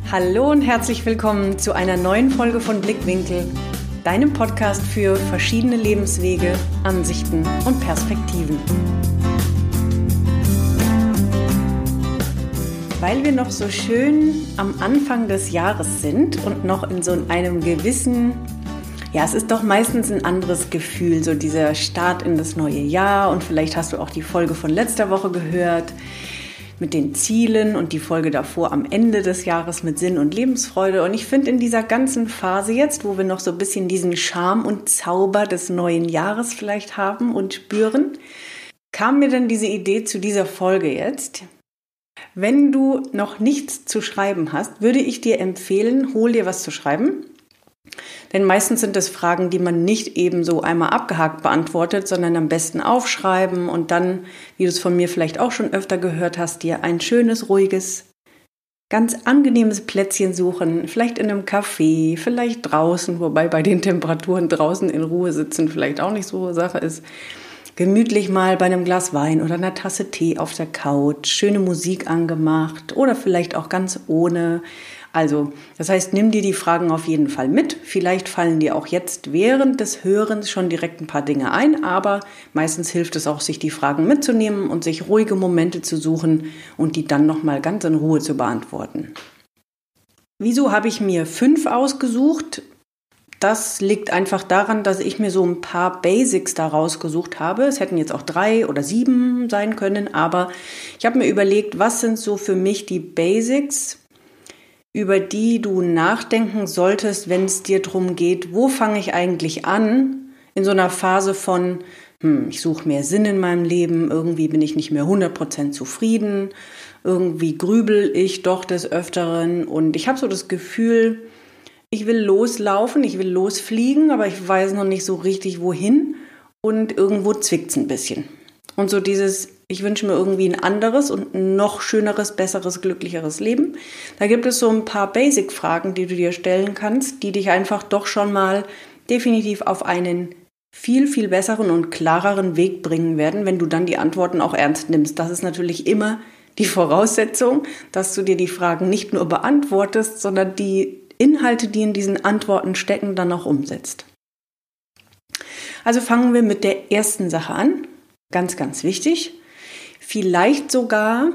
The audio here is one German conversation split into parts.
Hallo und herzlich willkommen zu einer neuen Folge von Blickwinkel, deinem Podcast für verschiedene Lebenswege, Ansichten und Perspektiven. Weil wir noch so schön am Anfang des Jahres sind und noch in so einem gewissen, es ist doch meistens ein anderes Gefühl, so dieser Start in das neue Jahr, und vielleicht hast du auch die Folge von letzter Woche gehört mit den Zielen und die Folge davor am Ende des Jahres mit Sinn und Lebensfreude. Und ich finde, in dieser ganzen Phase jetzt, wo wir noch so ein bisschen diesen Charme und Zauber des neuen Jahres vielleicht haben und spüren, kam mir dann diese Idee zu dieser Folge jetzt. Wenn du noch nichts zu schreiben hast, würde ich dir empfehlen, hol dir was zu schreiben. Denn meistens sind es Fragen, die man nicht eben so einmal abgehakt beantwortet, sondern am besten aufschreiben und dann, wie du es von mir vielleicht auch schon öfter gehört hast, dir ein schönes, ruhiges, ganz angenehmes Plätzchen suchen. Vielleicht in einem Café, vielleicht draußen, wobei bei den Temperaturen draußen in Ruhe sitzen vielleicht auch nicht so Sache ist. Gemütlich mal bei einem Glas Wein oder einer Tasse Tee auf der Couch, schöne Musik angemacht oder vielleicht auch ganz ohne. Also, das heißt, nimm dir die Fragen auf jeden Fall mit. Vielleicht fallen dir auch jetzt während des Hörens schon direkt ein paar Dinge ein, aber meistens hilft es auch, sich die Fragen mitzunehmen und sich ruhige Momente zu suchen und die dann nochmal ganz in Ruhe zu beantworten. Wieso habe ich mir 5 ausgesucht? Das liegt einfach daran, dass ich mir so ein paar Basics da rausgesucht habe. Es hätten jetzt auch 3 oder 7 sein können, aber ich habe mir überlegt, was sind so für mich die Basics, über die du nachdenken solltest, wenn es dir darum geht, wo fange ich eigentlich an in so einer Phase von, ich suche mehr Sinn in meinem Leben, irgendwie bin ich nicht mehr 100% zufrieden, irgendwie grübel ich doch des Öfteren und ich habe so das Gefühl, ich will loslaufen, ich will losfliegen, aber ich weiß noch nicht so richtig wohin und irgendwo zwickt's ein bisschen. Und so dieses, ich wünsche mir irgendwie ein anderes und ein noch schöneres, besseres, glücklicheres Leben. Da gibt es so ein paar Basic-Fragen, die du dir stellen kannst, die dich einfach doch schon mal definitiv auf einen viel, viel besseren und klareren Weg bringen werden, wenn du dann die Antworten auch ernst nimmst. Das ist natürlich immer die Voraussetzung, dass du dir die Fragen nicht nur beantwortest, sondern die Inhalte, die in diesen Antworten stecken, dann auch umsetzt. Also fangen wir mit der ersten Sache an. Ganz, ganz wichtig. Vielleicht sogar,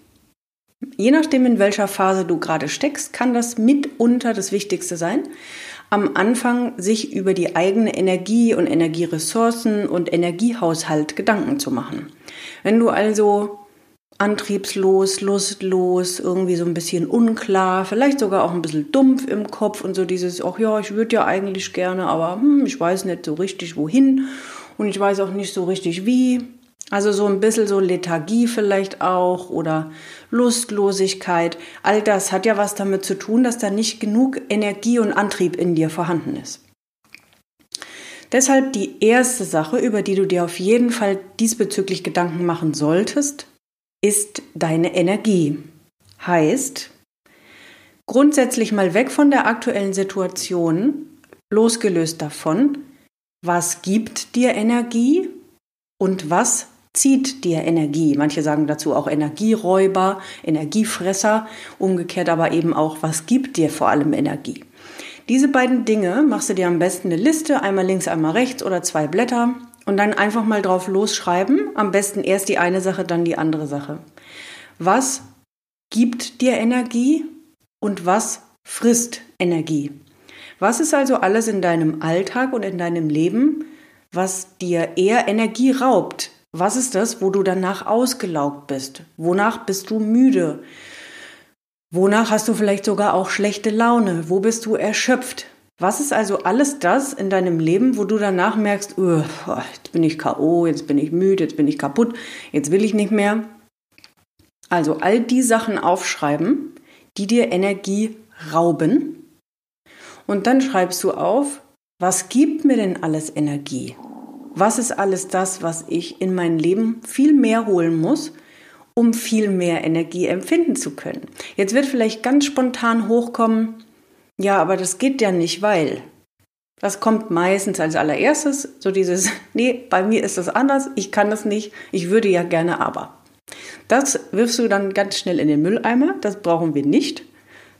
je nachdem in welcher Phase du gerade steckst, kann das mitunter das Wichtigste sein, am Anfang sich über die eigene Energie und Energieressourcen und Energiehaushalt Gedanken zu machen. Wenn du also antriebslos, lustlos, irgendwie so ein bisschen unklar, vielleicht sogar auch ein bisschen dumpf im Kopf und so dieses, ach ja, ich würde ja eigentlich gerne, aber ich weiß nicht so richtig wohin und ich weiß auch nicht so richtig wie. Also so ein bisschen so Lethargie vielleicht auch oder Lustlosigkeit. All das hat ja was damit zu tun, dass da nicht genug Energie und Antrieb in dir vorhanden ist. Deshalb die erste Sache, über die du dir auf jeden Fall diesbezüglich Gedanken machen solltest, ist deine Energie. Heißt, grundsätzlich mal weg von der aktuellen Situation, losgelöst davon, was gibt dir Energie und was zieht dir Energie. Manche sagen dazu auch Energieräuber, Energiefresser, umgekehrt aber eben auch, was gibt dir vor allem Energie. Diese beiden Dinge machst du dir am besten eine Liste, einmal links, einmal rechts oder 2 Blätter und dann einfach mal drauf losschreiben. Am besten erst die eine Sache, dann die andere Sache. Was gibt dir Energie und was frisst Energie? Was ist also alles in deinem Alltag und in deinem Leben, was dir eher Energie raubt? Was ist das, wo du danach ausgelaugt bist? Wonach bist du müde? Wonach hast du vielleicht sogar auch schlechte Laune? Wo bist du erschöpft? Was ist also alles das in deinem Leben, wo du danach merkst, jetzt bin ich K.O., jetzt bin ich müde, jetzt bin ich kaputt, jetzt will ich nicht mehr? Also all die Sachen aufschreiben, die dir Energie rauben. Und dann schreibst du auf, was gibt mir denn alles Energie? Was ist alles das, was ich in mein Leben viel mehr holen muss, um viel mehr Energie empfinden zu können? Jetzt wird vielleicht ganz spontan hochkommen, ja, aber das geht ja nicht, weil. Das kommt meistens als allererstes, so dieses, nee, bei mir ist das anders, ich kann das nicht, ich würde ja gerne aber. Das wirfst du dann ganz schnell in den Mülleimer, das brauchen wir nicht,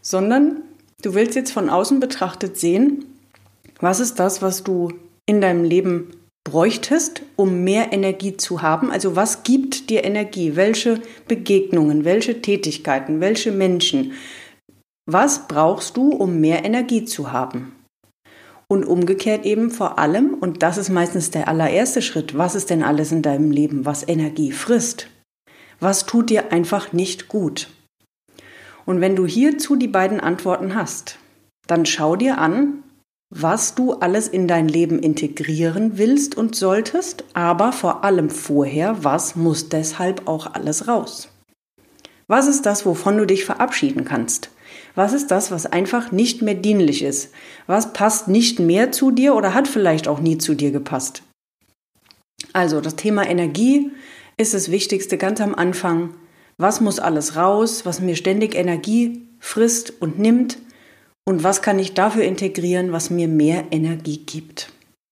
sondern du willst jetzt von außen betrachtet sehen, was ist das, was du in deinem Leben bräuchtest, um mehr Energie zu haben? Also was gibt dir Energie? Welche Begegnungen, welche Tätigkeiten, welche Menschen? Was brauchst du, um mehr Energie zu haben? Und umgekehrt eben vor allem, und das ist meistens der allererste Schritt, was ist denn alles in deinem Leben, was Energie frisst? Was tut dir einfach nicht gut? Und wenn du hierzu die beiden Antworten hast, dann schau dir an, was du alles in dein Leben integrieren willst und solltest, aber vor allem vorher, was muss deshalb auch alles raus? Was ist das, wovon du dich verabschieden kannst? Was ist das, was einfach nicht mehr dienlich ist? Was passt nicht mehr zu dir oder hat vielleicht auch nie zu dir gepasst? Also das Thema Energie ist das Wichtigste ganz am Anfang. Was muss alles raus, was mir ständig Energie frisst und nimmt? Und was kann ich dafür integrieren, was mir mehr Energie gibt?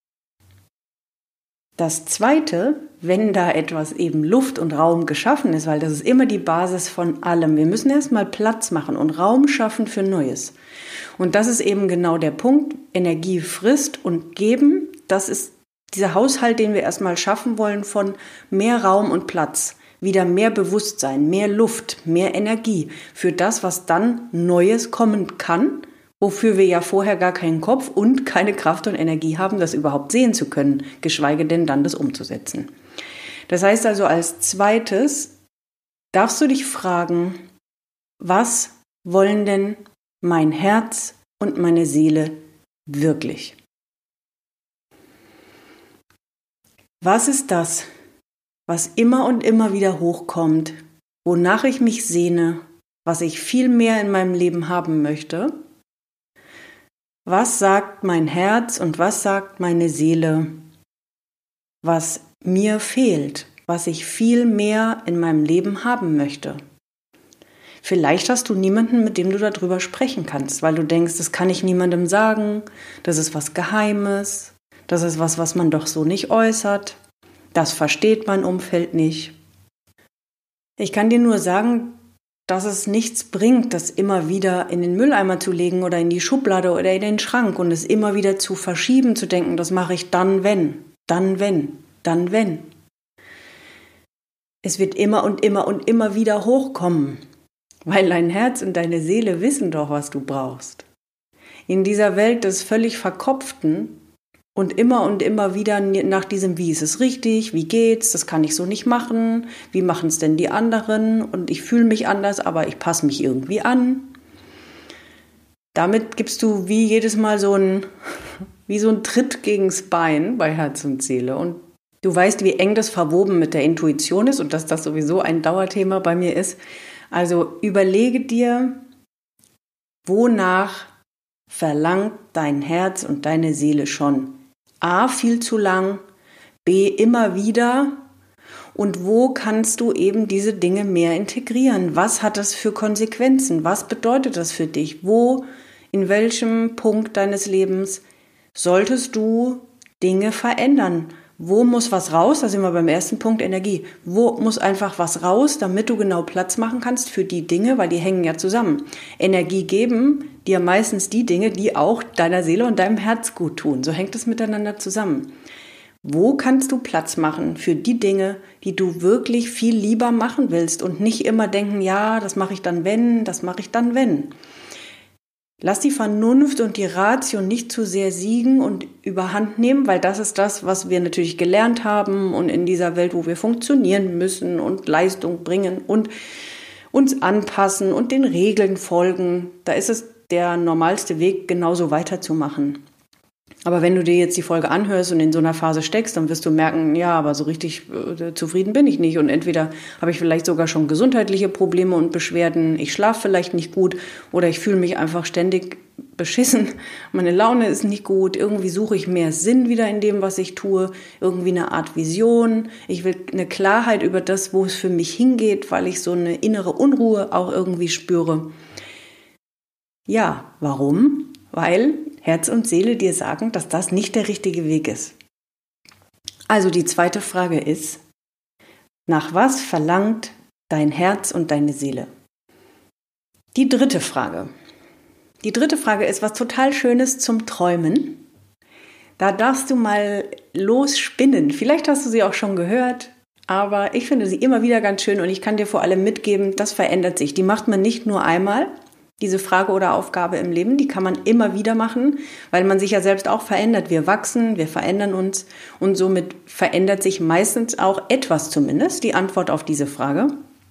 Das Zweite, wenn da etwas eben Luft und Raum geschaffen ist, weil das ist immer die Basis von allem. Wir müssen erstmal Platz machen und Raum schaffen für Neues. Und das ist eben genau der Punkt. Energie frisst und geben, das ist dieser Haushalt, den wir erstmal schaffen wollen von mehr Raum und Platz. Wieder mehr Bewusstsein, mehr Luft, mehr Energie für das, was dann Neues kommen kann, wofür wir ja vorher gar keinen Kopf und keine Kraft und Energie haben, das überhaupt sehen zu können, geschweige denn dann das umzusetzen. Das heißt also, als zweites darfst du dich fragen, was wollen denn mein Herz und meine Seele wirklich? Was ist das, was immer und immer wieder hochkommt, wonach ich mich sehne, was ich viel mehr in meinem Leben haben möchte? Was sagt mein Herz und was sagt meine Seele, was mir fehlt, was ich viel mehr in meinem Leben haben möchte? Vielleicht hast du niemanden, mit dem du darüber sprechen kannst, weil du denkst, das kann ich niemandem sagen, das ist was Geheimes, das ist was man doch so nicht äußert, das versteht mein Umfeld nicht. Ich kann dir nur sagen, dass es nichts bringt, das immer wieder in den Mülleimer zu legen oder in die Schublade oder in den Schrank und es immer wieder zu verschieben, zu denken, das mache ich dann, wenn, dann, wenn, dann, wenn. Es wird immer und immer und immer wieder hochkommen, weil dein Herz und deine Seele wissen doch, was du brauchst. In dieser Welt des völlig Verkopften und immer wieder nach diesem, wie ist es richtig, wie geht's, das kann ich so nicht machen, wie machen es denn die anderen und ich fühle mich anders, aber ich passe mich irgendwie an. Damit gibst du wie jedes Mal so ein Tritt gegens Bein bei Herz und Seele und du weißt, wie eng das verwoben mit der Intuition ist und dass das sowieso ein Dauerthema bei mir ist. Also überlege dir, wonach verlangt dein Herz und deine Seele schon? A, viel zu lang, B, immer wieder. Und wo kannst du eben diese Dinge mehr integrieren? Was hat das für Konsequenzen? Was bedeutet das für dich? Wo, in welchem Punkt deines Lebens solltest du Dinge verändern? Wo muss was raus? Da sind wir beim ersten Punkt, Energie. Wo muss einfach was raus, damit du genau Platz machen kannst für die Dinge, weil die hängen ja zusammen. Energie geben dir meistens die Dinge, die auch deiner Seele und deinem Herz gut tun. So hängt es miteinander zusammen. Wo kannst du Platz machen für die Dinge, die du wirklich viel lieber machen willst und nicht immer denken, ja, das mache ich dann wenn, das mache ich dann wenn. Lass die Vernunft und die Ratio nicht zu sehr siegen und überhand nehmen, weil das ist das, was wir natürlich gelernt haben und in dieser Welt, wo wir funktionieren müssen und Leistung bringen und uns anpassen und den Regeln folgen. Da ist es der normalste Weg, genauso weiterzumachen. Aber wenn du dir jetzt die Folge anhörst und in so einer Phase steckst, dann wirst du merken, ja, aber so richtig zufrieden bin ich nicht. Und entweder habe ich vielleicht sogar schon gesundheitliche Probleme und Beschwerden, ich schlafe vielleicht nicht gut oder ich fühle mich einfach ständig beschissen, meine Laune ist nicht gut, irgendwie suche ich mehr Sinn wieder in dem, was ich tue, irgendwie eine Art Vision. Ich will eine Klarheit über das, wo es für mich hingeht, weil ich so eine innere Unruhe auch irgendwie spüre. Ja, warum? Weil Herz und Seele dir sagen, dass das nicht der richtige Weg ist. Also die zweite Frage ist, nach was verlangt dein Herz und deine Seele? Die dritte Frage, Die dritte Frage ist was total Schönes zum Träumen. Da darfst du mal losspinnen. Vielleicht hast du sie auch schon gehört, aber ich finde sie immer wieder ganz schön und ich kann dir vor allem mitgeben, das verändert sich. Die macht man nicht nur einmal, diese Frage oder Aufgabe im Leben, die kann man immer wieder machen, weil man sich ja selbst auch verändert. Wir wachsen, wir verändern uns und somit verändert sich meistens auch etwas zumindest die Antwort auf diese Frage.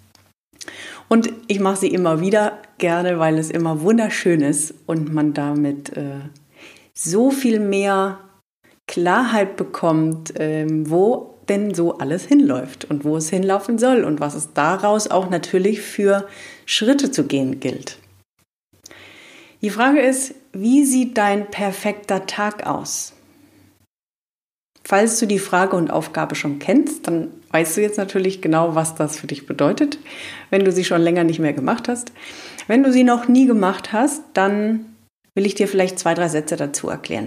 Und ich mache sie immer wieder gerne, weil es immer wunderschön ist und man damit so viel mehr Klarheit bekommt, wo denn so alles hinläuft und wo es hinlaufen soll und was es daraus auch natürlich für Schritte zu gehen gilt. Die Frage ist, wie sieht dein perfekter Tag aus? Falls du die Frage und Aufgabe schon kennst, dann weißt du jetzt natürlich genau, was das für dich bedeutet, wenn du sie schon länger nicht mehr gemacht hast. Wenn du sie noch nie gemacht hast, dann will ich dir vielleicht 2, 3 Sätze dazu erklären.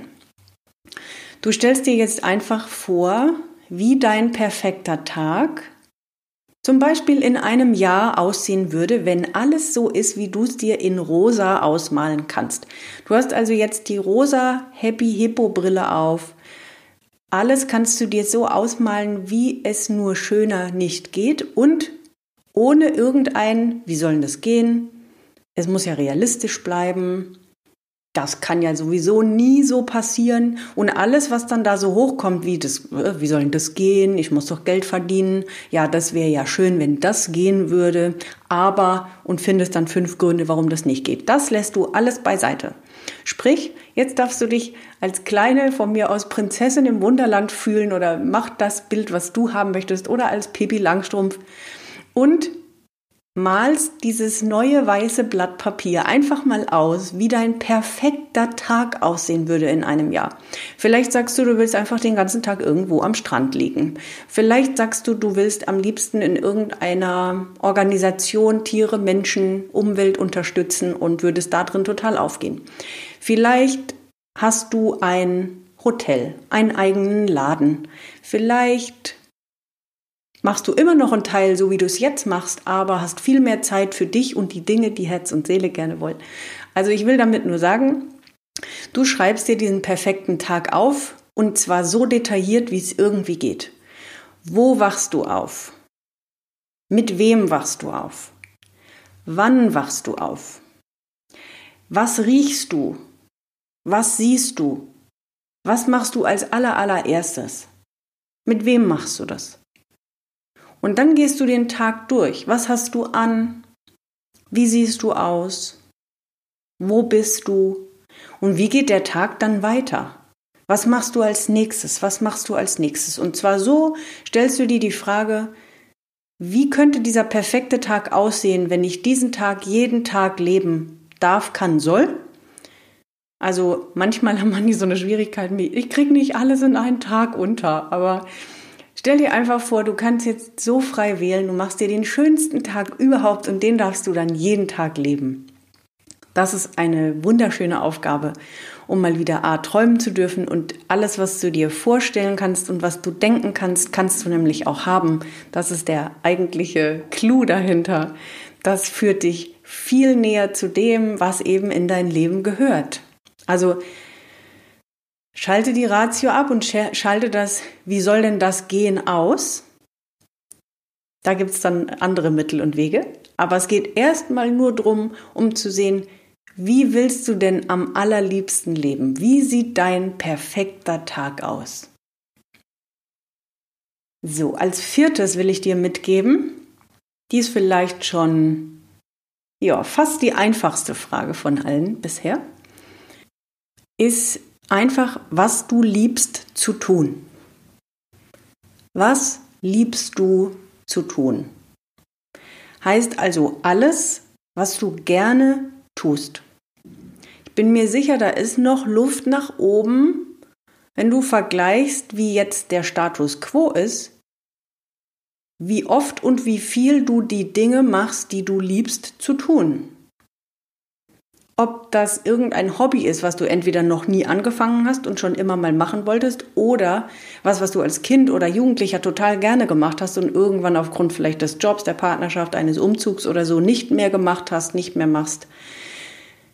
Du stellst dir jetzt einfach vor, wie dein perfekter Tag zum Beispiel in einem Jahr aussehen würde, wenn alles so ist, wie du es dir in rosa ausmalen kannst. Du hast also jetzt die rosa Happy Hippo Brille auf. Alles kannst du dir so ausmalen, wie es nur schöner nicht geht und ohne wie soll denn das gehen? Es muss ja realistisch bleiben. Das kann ja sowieso nie so passieren. Und alles, was dann da so hochkommt, wie soll denn das gehen? Ich muss doch Geld verdienen. Ja, das wäre ja schön, wenn das gehen würde. Und findest dann 5 Gründe, warum das nicht geht. Das lässt du alles beiseite. Sprich, jetzt darfst du dich als kleine, von mir aus Prinzessin im Wunderland fühlen oder mach das Bild, was du haben möchtest oder als Pippi Langstrumpf und malst dieses neue weiße Blatt Papier einfach mal aus, wie dein perfekter Tag aussehen würde in einem Jahr. Vielleicht sagst du, du willst einfach den ganzen Tag irgendwo am Strand liegen. Vielleicht sagst du, du willst am liebsten in irgendeiner Organisation Tiere, Menschen, Umwelt unterstützen und würdest da drin total aufgehen. Vielleicht hast du ein Hotel, einen eigenen Laden. Vielleicht machst du immer noch einen Teil, so wie du es jetzt machst, aber hast viel mehr Zeit für dich und die Dinge, die Herz und Seele gerne wollen. Also ich will damit nur sagen, du schreibst dir diesen perfekten Tag auf und zwar so detailliert, wie es irgendwie geht. Wo wachst du auf? Mit wem wachst du auf? Wann wachst du auf? Was riechst du? Was siehst du? Was machst du als allererstes? Mit wem machst du das? Und dann gehst du den Tag durch. Was hast du an? Wie siehst du aus? Wo bist du? Und wie geht der Tag dann weiter? Was machst du als nächstes? Was machst du als nächstes? Und zwar so stellst du dir die Frage, wie könnte dieser perfekte Tag aussehen, wenn ich diesen Tag jeden Tag leben darf, kann, soll? Also manchmal haben wir so eine Schwierigkeit, ich kriege nicht alles in einen Tag unter, aber stell dir einfach vor, du kannst jetzt so frei wählen, du machst dir den schönsten Tag überhaupt und den darfst du dann jeden Tag leben. Das ist eine wunderschöne Aufgabe, um mal wieder träumen zu dürfen und alles, was du dir vorstellen kannst und was du denken kannst, kannst du nämlich auch haben. Das ist der eigentliche Clou dahinter. Das führt dich viel näher zu dem, was eben in dein Leben gehört. Also schalte die Ratio ab und schalte das, wie soll denn das gehen, aus. Da gibt es dann andere Mittel und Wege. Aber es geht erstmal nur darum, um zu sehen, wie willst du denn am allerliebsten leben? Wie sieht dein perfekter Tag aus? So, als 4. will ich dir mitgeben, die ist vielleicht schon fast die einfachste Frage von allen bisher, ist einfach, was du liebst zu tun. Was liebst du zu tun? Heißt also alles, was du gerne tust. Ich bin mir sicher, da ist noch Luft nach oben, wenn du vergleichst, wie jetzt der Status quo ist, wie oft und wie viel du die Dinge machst, die du liebst zu tun. Ob das irgendein Hobby ist, was du entweder noch nie angefangen hast und schon immer mal machen wolltest oder was du als Kind oder Jugendlicher total gerne gemacht hast und irgendwann aufgrund vielleicht des Jobs, der Partnerschaft, eines Umzugs oder so nicht mehr gemacht hast, nicht mehr machst.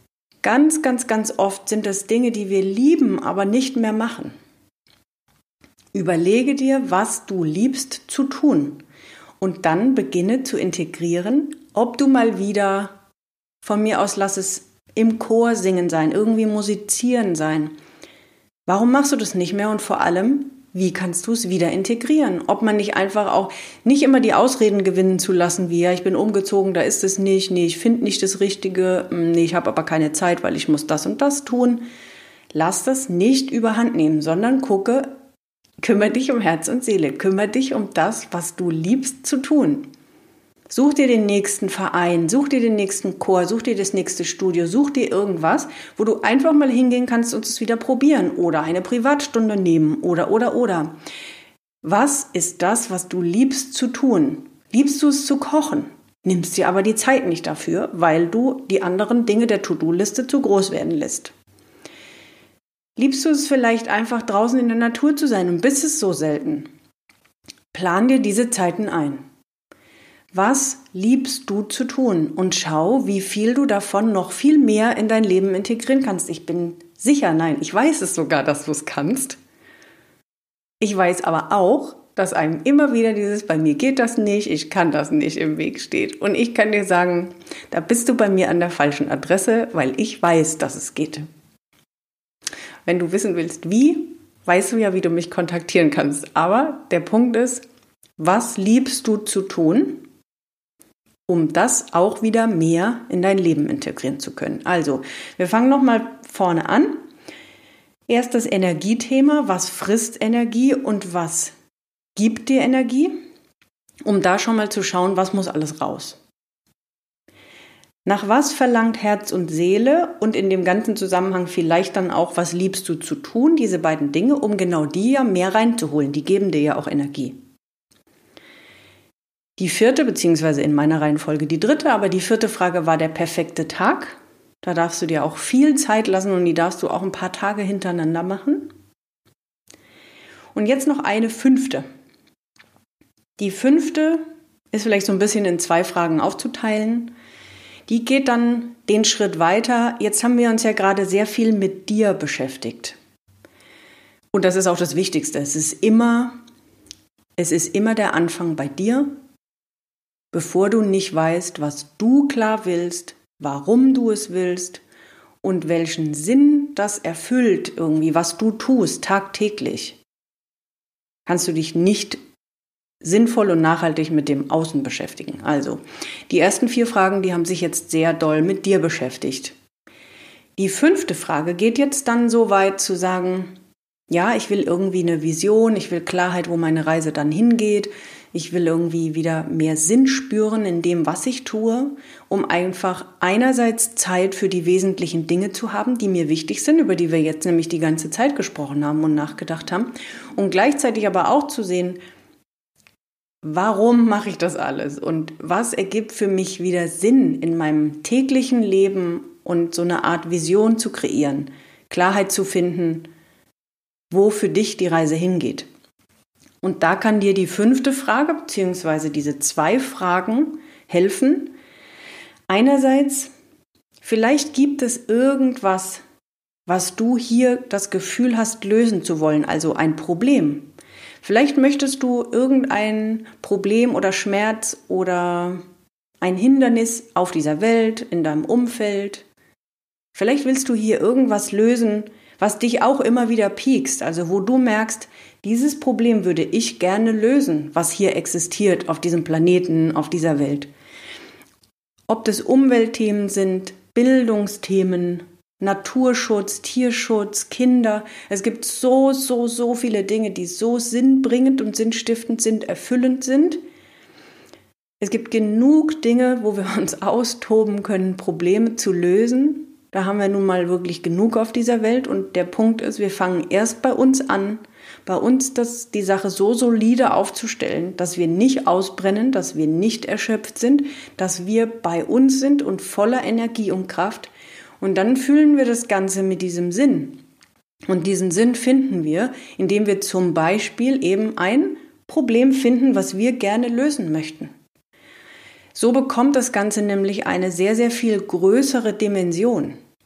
Ganz, ganz, ganz oft sind es Dinge, die wir lieben, aber nicht mehr machen. Überlege dir, was du liebst zu tun und dann beginne zu integrieren, ob du mal wieder, von mir aus lass es im Chor singen sein, irgendwie musizieren sein. Warum machst du das nicht mehr und vor allem, wie kannst du es wieder integrieren? Ob man nicht einfach auch nicht immer die Ausreden gewinnen zu lassen, wie ja, ich bin umgezogen, da ist es nicht, nee, ich finde nicht das Richtige, nee, ich habe aber keine Zeit, weil ich muss das und das tun. Lass das nicht überhand nehmen, sondern kümmere dich um Herz und Seele, kümmere dich um das, was du liebst zu tun. Such dir den nächsten Verein, such dir den nächsten Chor, such dir das nächste Studio, such dir irgendwas, wo du einfach mal hingehen kannst und es wieder probieren oder eine Privatstunde nehmen oder. Was ist das, was du liebst zu tun? Liebst du es zu kochen? Nimmst dir aber die Zeit nicht dafür, weil du die anderen Dinge der To-Do-Liste zu groß werden lässt. Liebst du es vielleicht einfach draußen in der Natur zu sein und bist es so selten? Plan dir diese Zeiten ein. Was liebst du zu tun? Und schau, wie viel du davon noch viel mehr in dein Leben integrieren kannst. Ich bin sicher, nein, ich weiß es sogar, dass du es kannst. Ich weiß aber auch, dass einem immer wieder dieses, bei mir geht das nicht, ich kann das nicht im Weg steht. Und ich kann dir sagen, da bist du bei mir an der falschen Adresse, weil ich weiß, dass es geht. Wenn du wissen willst, wie, weißt du ja, wie du mich kontaktieren kannst. Aber der Punkt ist, was liebst du zu tun, um das auch wieder mehr in dein Leben integrieren zu können? Also, wir fangen nochmal vorne an. Erst das Energiethema, was frisst Energie und was gibt dir Energie, um da schon mal zu schauen, was muss alles raus. Nach was verlangt Herz und Seele und in dem ganzen Zusammenhang vielleicht dann auch, was liebst du zu tun, diese beiden Dinge, um genau die ja mehr reinzuholen, die geben dir ja auch Energie. Die vierte, beziehungsweise in meiner Reihenfolge die dritte, aber die vierte Frage war der perfekte Tag. Da darfst du dir auch viel Zeit lassen und die darfst du auch ein paar Tage hintereinander machen. Und jetzt noch eine fünfte. Die fünfte ist vielleicht so ein bisschen in 2 Fragen aufzuteilen. Die geht dann den Schritt weiter. Jetzt haben wir uns ja gerade sehr viel mit dir beschäftigt. Und das ist auch das Wichtigste. Es ist immer der Anfang bei dir. Bevor du nicht weißt, was du klar willst, warum du es willst und welchen Sinn das erfüllt irgendwie, was du tust tagtäglich, kannst du dich nicht sinnvoll und nachhaltig mit dem Außen beschäftigen. Also, die ersten 4 Fragen, die haben sich jetzt sehr doll mit dir beschäftigt. Die 5. Frage geht jetzt dann so weit zu sagen, ja, ich will irgendwie eine Vision, ich will Klarheit, wo meine Reise dann hingeht. Ich will irgendwie wieder mehr Sinn spüren in dem, was ich tue, um einfach einerseits Zeit für die wesentlichen Dinge zu haben, die mir wichtig sind, über die wir jetzt nämlich die ganze Zeit gesprochen haben und nachgedacht haben. Und gleichzeitig aber auch zu sehen, warum mache ich das alles? Und was ergibt für mich wieder Sinn in meinem täglichen Leben und so eine Art Vision zu kreieren, Klarheit zu finden, wo für dich die Reise hingeht. Und da kann dir die 5. Frage, beziehungsweise diese 2 Fragen helfen. Einerseits, vielleicht gibt es irgendwas, was du hier das Gefühl hast, lösen zu wollen, also ein Problem. Vielleicht möchtest du irgendein Problem oder Schmerz oder ein Hindernis auf dieser Welt, in deinem Umfeld. Vielleicht willst du hier irgendwas lösen, was dich auch immer wieder piekst, also wo du merkst, dieses Problem würde ich gerne lösen, was hier existiert auf diesem Planeten, auf dieser Welt. Ob das Umweltthemen sind, Bildungsthemen, Naturschutz, Tierschutz, Kinder. Es gibt so viele Dinge, die so sinnbringend und sinnstiftend sind, erfüllend sind. Es gibt genug Dinge, wo wir uns austoben können, Probleme zu lösen. Da haben wir nun mal wirklich genug auf dieser Welt. Und der Punkt ist, wir fangen erst bei uns an, bei uns die Sache so solide aufzustellen, dass wir nicht ausbrennen, dass wir nicht erschöpft sind, dass wir bei uns sind und voller Energie und Kraft. Und dann fühlen wir das Ganze mit diesem Sinn. Und diesen Sinn finden wir, indem wir zum Beispiel eben ein Problem finden, was wir gerne lösen möchten. So bekommt das Ganze nämlich eine sehr, sehr viel größere Dimension.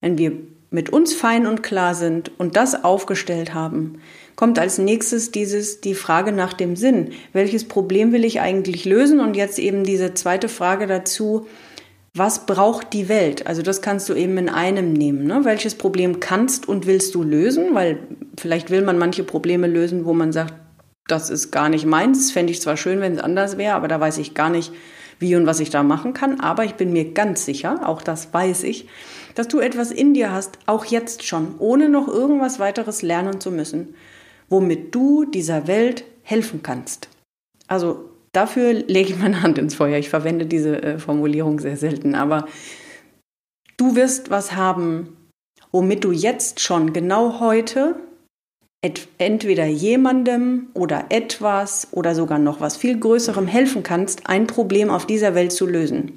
Wenn wir mit uns fein und klar sind und das aufgestellt haben, kommt als nächstes die Frage nach dem Sinn. Welches Problem will ich eigentlich lösen? Und jetzt eben diese zweite Frage dazu, was braucht die Welt? Also das kannst du eben in einem nehmen. Ne? Welches Problem kannst und willst du lösen? Weil vielleicht will man manche Probleme lösen, wo man sagt, das ist gar nicht meins. Das fände ich zwar schön, wenn es anders wäre, aber da weiß ich gar nicht, wie und was ich da machen kann. Aber ich bin mir ganz sicher, auch das weiß ich, dass du etwas in dir hast, auch jetzt schon, ohne noch irgendwas weiteres lernen zu müssen, womit du dieser Welt helfen kannst. Also dafür lege ich meine Hand ins Feuer. Ich verwende diese Formulierung sehr selten. Aber du wirst was haben, womit du jetzt schon genau heute entweder jemandem oder etwas oder sogar noch was viel Größerem helfen kannst, ein Problem auf dieser Welt zu lösen.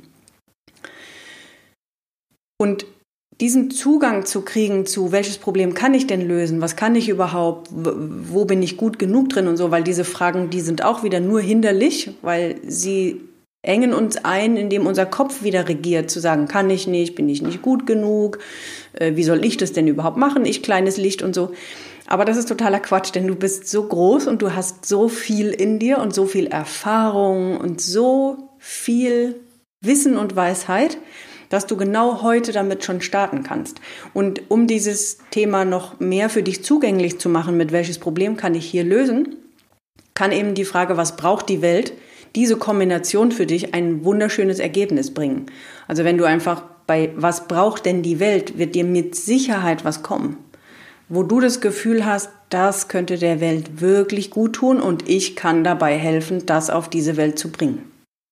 Und diesen Zugang zu kriegen zu, welches Problem kann ich denn lösen, was kann ich überhaupt, wo bin ich gut genug drin und so, weil diese Fragen, die sind auch wieder nur hinderlich, weil sie engen uns ein, indem unser Kopf wieder regiert, zu sagen, kann ich nicht, bin ich nicht gut genug, wie soll ich das denn überhaupt machen, ich kleines Licht und so. Aber das ist totaler Quatsch, denn du bist so groß und du hast so viel in dir und so viel Erfahrung und so viel Wissen und Weisheit, dass du genau heute damit schon starten kannst. Und um dieses Thema noch mehr für dich zugänglich zu machen, mit welches Problem kann ich hier lösen, kann eben die Frage, was braucht die Welt, diese Kombination für dich ein wunderschönes Ergebnis bringen. Also wenn du einfach bei was braucht denn die Welt, wird dir mit Sicherheit was kommen, wo du das Gefühl hast, das könnte der Welt wirklich gut tun und ich kann dabei helfen, das auf diese Welt zu bringen.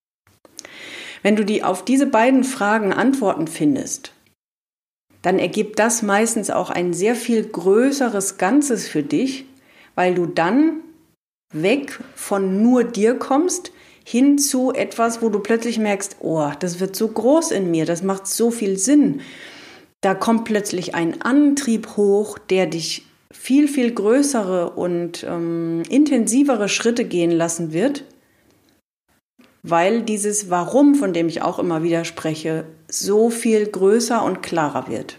Wenn du auf diese beiden Fragen Antworten findest, dann ergibt das meistens auch ein sehr viel größeres Ganzes für dich, weil du dann weg von nur dir kommst, hin zu etwas, wo du plötzlich merkst, oh, das wird so groß in mir, das macht so viel Sinn. Da kommt plötzlich ein Antrieb hoch, der dich viel, viel größere und intensivere Schritte gehen lassen wird, weil dieses Warum, von dem ich auch immer wieder spreche, so viel größer und klarer wird.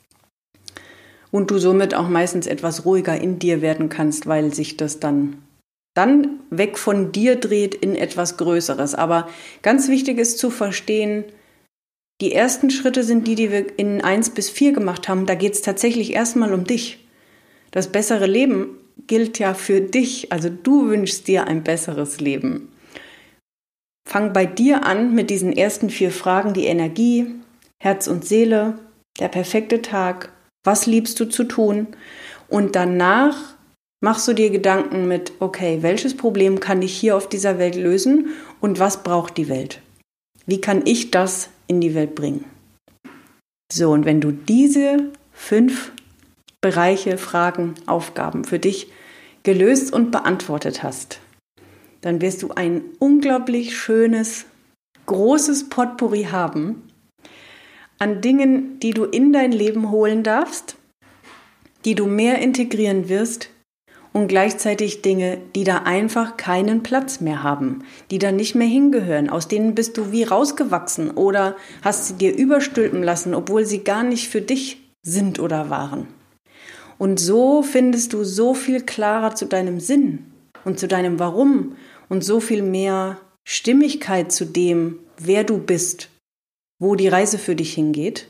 Und du somit auch meistens etwas ruhiger in dir werden kannst, weil sich das dann weg von dir dreht in etwas Größeres. Aber ganz wichtig ist zu verstehen, die ersten Schritte sind die wir in 1 bis 4 gemacht haben. Da geht es tatsächlich erstmal um dich. Das bessere Leben gilt ja für dich. Also du wünschst dir ein besseres Leben. Fang bei dir an mit diesen ersten 4 Fragen, die Energie, Herz und Seele, der perfekte Tag, was liebst du zu tun? Und danach machst du dir Gedanken mit, okay, welches Problem kann ich hier auf dieser Welt lösen und was braucht die Welt? Wie kann ich das in die Welt bringen? So, und wenn du diese 5 Bereiche, Fragen, Aufgaben für dich gelöst und beantwortet hast, dann wirst du ein unglaublich schönes, großes Potpourri haben an Dingen, die du in dein Leben holen darfst, die du mehr integrieren wirst und gleichzeitig Dinge, die da einfach keinen Platz mehr haben, die da nicht mehr hingehören, aus denen bist du wie rausgewachsen oder hast sie dir überstülpen lassen, obwohl sie gar nicht für dich sind oder waren. Und so findest du so viel klarer zu deinem Sinn und zu deinem Warum und so viel mehr Stimmigkeit zu dem, wer du bist, wo die Reise für dich hingeht,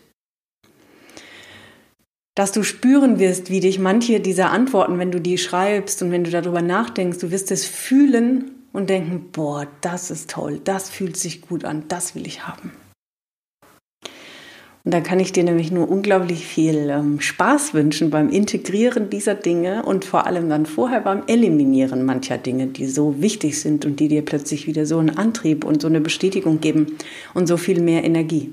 dass du spüren wirst, wie dich manche dieser Antworten, wenn du die schreibst und wenn du darüber nachdenkst, du wirst es fühlen und denken, boah, das ist toll, das fühlt sich gut an, das will ich haben. Und da kann ich dir nämlich nur unglaublich viel Spaß wünschen beim Integrieren dieser Dinge und vor allem dann vorher beim Eliminieren mancher Dinge, die so wichtig sind und die dir plötzlich wieder so einen Antrieb und so eine Bestätigung geben und so viel mehr Energie.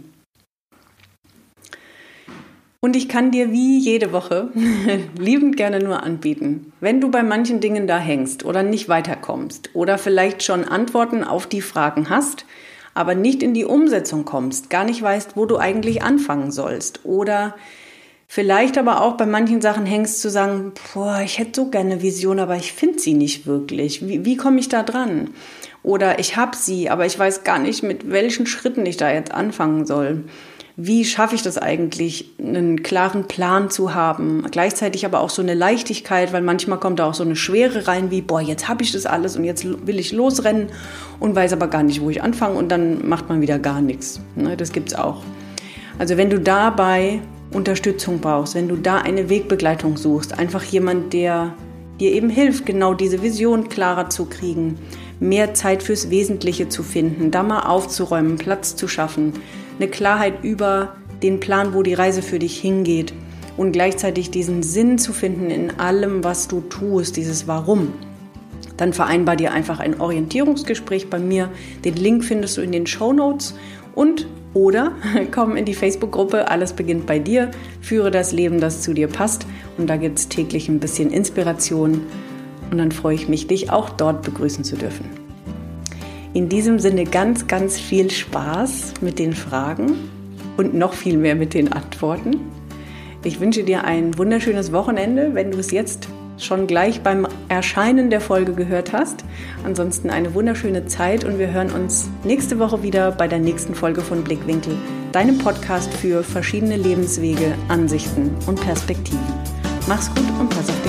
Und ich kann dir wie jede Woche liebend gerne nur anbieten, wenn du bei manchen Dingen da hängst oder nicht weiterkommst oder vielleicht schon Antworten auf die Fragen hast, aber nicht in die Umsetzung kommst, gar nicht weißt, wo du eigentlich anfangen sollst oder vielleicht aber auch bei manchen Sachen hängst zu sagen, boah, ich hätte so gerne eine Vision, aber ich finde sie nicht wirklich. Wie komme ich da dran? Oder ich habe sie, aber ich weiß gar nicht, mit welchen Schritten ich da jetzt anfangen soll. wie schaffe ich das eigentlich, einen klaren Plan zu haben, gleichzeitig aber auch so eine Leichtigkeit, weil manchmal kommt da auch so eine Schwere rein, wie, boah, jetzt habe ich das alles und jetzt will ich losrennen und weiß aber gar nicht, wo ich anfange und dann macht man wieder gar nichts. Das gibt's auch. Also wenn du dabei Unterstützung brauchst, wenn du da eine Wegbegleitung suchst, einfach jemand, der dir eben hilft, genau diese Vision klarer zu kriegen, mehr Zeit fürs Wesentliche zu finden, da mal aufzuräumen, Platz zu schaffen, eine Klarheit über den Plan, wo die Reise für dich hingeht und gleichzeitig diesen Sinn zu finden in allem, was du tust, dieses Warum. Dann vereinbar dir einfach ein Orientierungsgespräch bei mir. Den Link findest du in den Shownotes oder komm in die Facebook-Gruppe Alles beginnt bei dir, führe das Leben, das zu dir passt und da gibt es täglich ein bisschen Inspiration und dann freue ich mich, dich auch dort begrüßen zu dürfen. In diesem Sinne ganz, ganz viel Spaß mit den Fragen und noch viel mehr mit den Antworten. Ich wünsche dir ein wunderschönes Wochenende, wenn du es jetzt schon gleich beim Erscheinen der Folge gehört hast. Ansonsten eine wunderschöne Zeit und wir hören uns nächste Woche wieder bei der nächsten Folge von Blickwinkel, deinem Podcast für verschiedene Lebenswege, Ansichten und Perspektiven. Mach's gut und pass auf